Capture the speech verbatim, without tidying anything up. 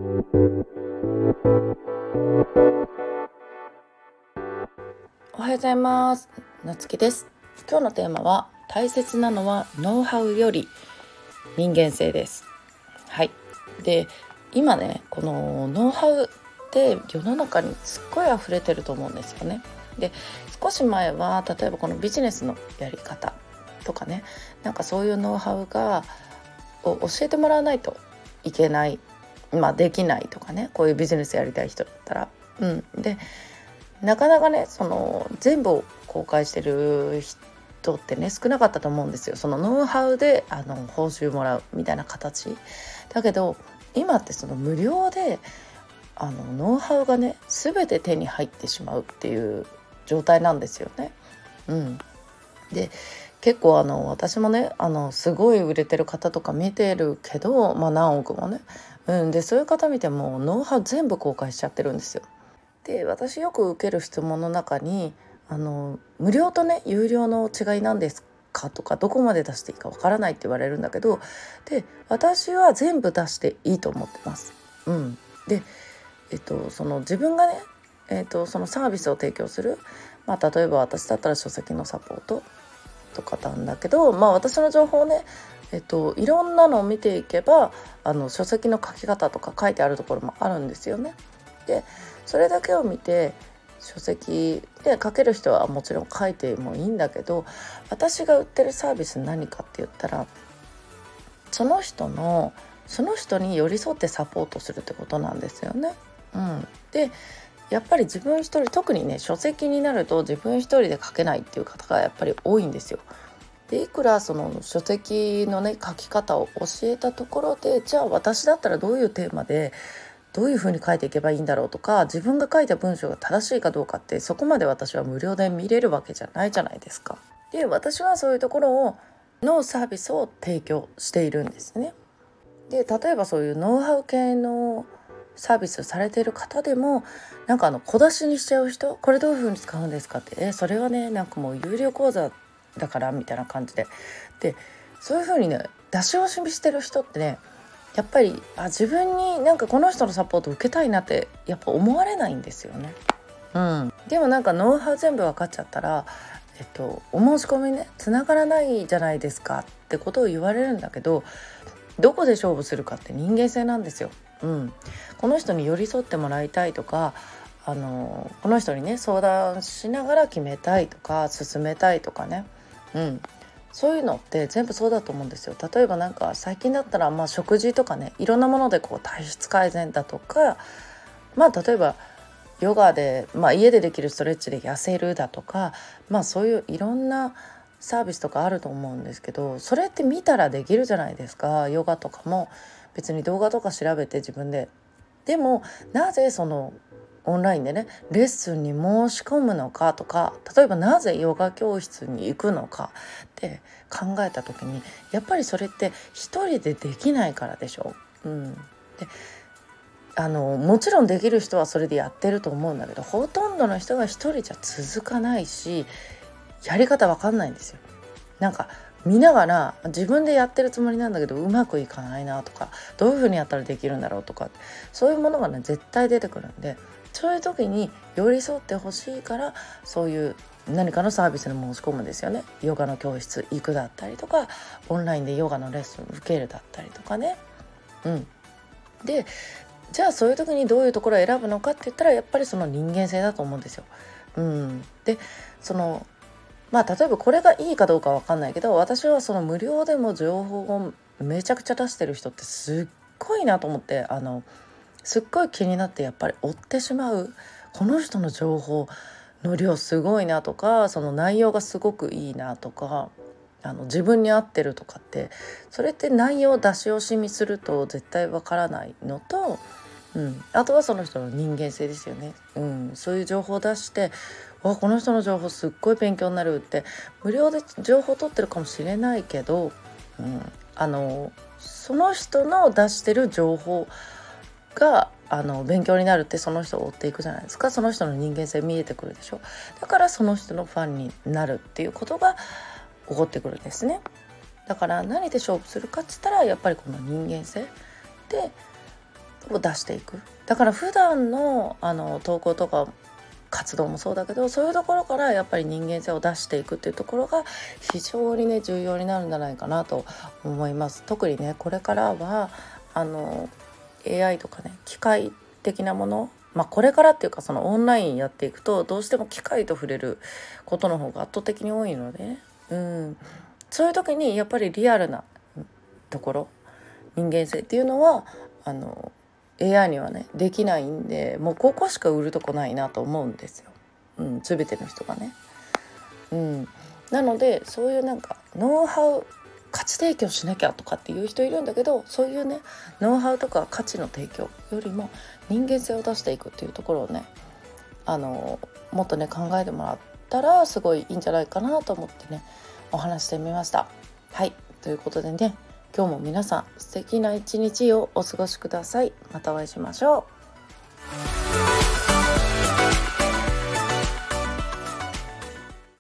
おはようございます。なつきです。今日のテーマは、大切なのはノウハウより人間性です。はい。で、今ね、このノウハウって世の中にすっごい溢れてると思うんですよね。で、少し前は例えばこのビジネスのやり方とかね、なんかそういうノウハウがを教えてもらわないといけない、まあできないとかね、こういうビジネスやりたい人だったら、うん、でなかなかね、その全部を公開してる人ってね少なかったと思うんですよ。そのノウハウであの報酬もらうみたいな形だけど、今ってその無料であのノウハウがね全て手に入ってしまうっていう状態なんですよね。うん、で結構あの私もねあのすごい売れてる方とか見てるけど、まあ何億もね、うん、でそういう方見てもノウハウ全部公開しちゃってるんですよ。で私よく受ける質問の中にあの無料とね有料の違いなんですかとか、どこまで出していいかわからないって言われるんだけど、で私は全部出していいと思ってます。うん、で、えっと、その自分がね、えっと、そのサービスを提供する、まあ、例えば私だったら書籍のサポートとかなんだけど、まあ、私の情報をね、えっと、いろんなのを見ていけばあの書籍の書き方とか書いてあるところもあるんですよね。でそれだけを見て書籍で書ける人はもちろん書いてもいいんだけど、私が売ってるサービス何かって言ったら、その人のその人に寄り添ってサポートするってことなんですよね。うん、でやっぱり自分一人、特にね書籍になると自分一人で書けないっていう方がやっぱり多いんですよ。でいくらその書籍のね書き方を教えたところで、じゃあ私だったらどういうテーマでどういうふうに書いていけばいいんだろうとか、自分が書いた文章が正しいかどうかってそこまで私は無料で見れるわけじゃないじゃないですか。で私はそういうところをのサービスを提供しているんですね。で例えばそういうノウハウ系のサービスされている方でも、なんかあの小出しにしちゃう人、これどういうふうに使うんですかって、えそれはねなんかもう有料講座だからみたいな感じで、でそういうふうにね出し惜しみしてる人ってね、やっぱりあ自分になんかこの人のサポート受けたいなってやっぱ思われないんですよね。うん、でもなんかノウハウ全部分かっちゃったら、えっと、お申し込みねつながらないじゃないですかってことを言われるんだけど、どこで勝負するかって人間性なんですよ。うん、この人に寄り添ってもらいたいとか、あのこの人にね相談しながら決めたいとか進めたいとかね、うん、そういうのって全部そうだと思うんですよ。例えばなんか最近だったら、まあ、食事とかねいろんなものでこう体質改善だとか、まあ例えばヨガで、まあ、家でできるストレッチで痩せるだとか、まあそういういろんなサービスとかあると思うんですけど、それって見たらできるじゃないですか。ヨガとかも別に動画とか調べて自分で。でもなぜそのオンラインでねレッスンに申し込むのかとか、例えばなぜヨガ教室に行くのかって考えた時に、やっぱりそれって一人でできないからでしょ。うん、であのもちろんできる人はそれでやってると思うんだけど、ほとんどの人が一人じゃ続かないし、やり方わかんないんですよ。なんか見ながら自分でやってるつもりなんだけどうまくいかないなとか、どういう風にやったらできるんだろうとか、そういうものがね絶対出てくるんで、そういう時に寄り添ってほしいから、そういう何かのサービスに申し込むんですよね。ヨガの教室行くだったりとか、オンラインでヨガのレッスン受けるだったりとかね。うん、でじゃあそういう時にどういうところを選ぶのかって言ったら、やっぱりその人間性だと思うんですよ。うん、でそのまあ例えばこれがいいかどうかわかんないけど、私はその無料でも情報をめちゃくちゃ出してる人ってすっごいなと思って、あのすっごい気になってやっぱり追ってしまう。この人の情報の量すごいなとか、その内容がすごくいいなとか、あの自分に合ってるとかって、それって内容を出し惜しみすると絶対わからないのと、うん、あとはその人の人間性ですよね。うん、そういう情報を出して、わこの人の情報すっごい勉強になるって、無料で情報取ってるかもしれないけど、うん、あのその人の出してる情報があの勉強になるって、その人を追っていくじゃないですか。その人の人間性見えてくるでしょ。だからその人のファンになるっていうことが起こってくるんですね。だから何で勝負するかっつったら、やっぱりこの人間性でを出していく。だから普段のあの投稿とか活動もそうだけど、そういうところからやっぱり人間性を出していくっていうところが非常にね重要になるんじゃないかなと思います。特にねこれからはあの エーアイ とかね機械的なもの、まあこれからっていうかそのオンラインやっていくとどうしても機械と触れることの方が圧倒的に多いので、うん、そういう時にやっぱりリアルなところ、人間性っていうのはあのエーアイ にはねできないんで、もうここしか売るとこないなと思うんですよ、うん、全ての人がね、うん、なのでそういうなんかノウハウ価値提供しなきゃとかっていう人いるんだけど、そういうねノウハウとか価値の提供よりも人間性を出していくっていうところをねあのもっとね考えてもらったらすごいいいんじゃないかなと思ってねお話してみました。はい、ということでね、今日も皆さん素敵な一日をお過ごしください。またお会いしましょう。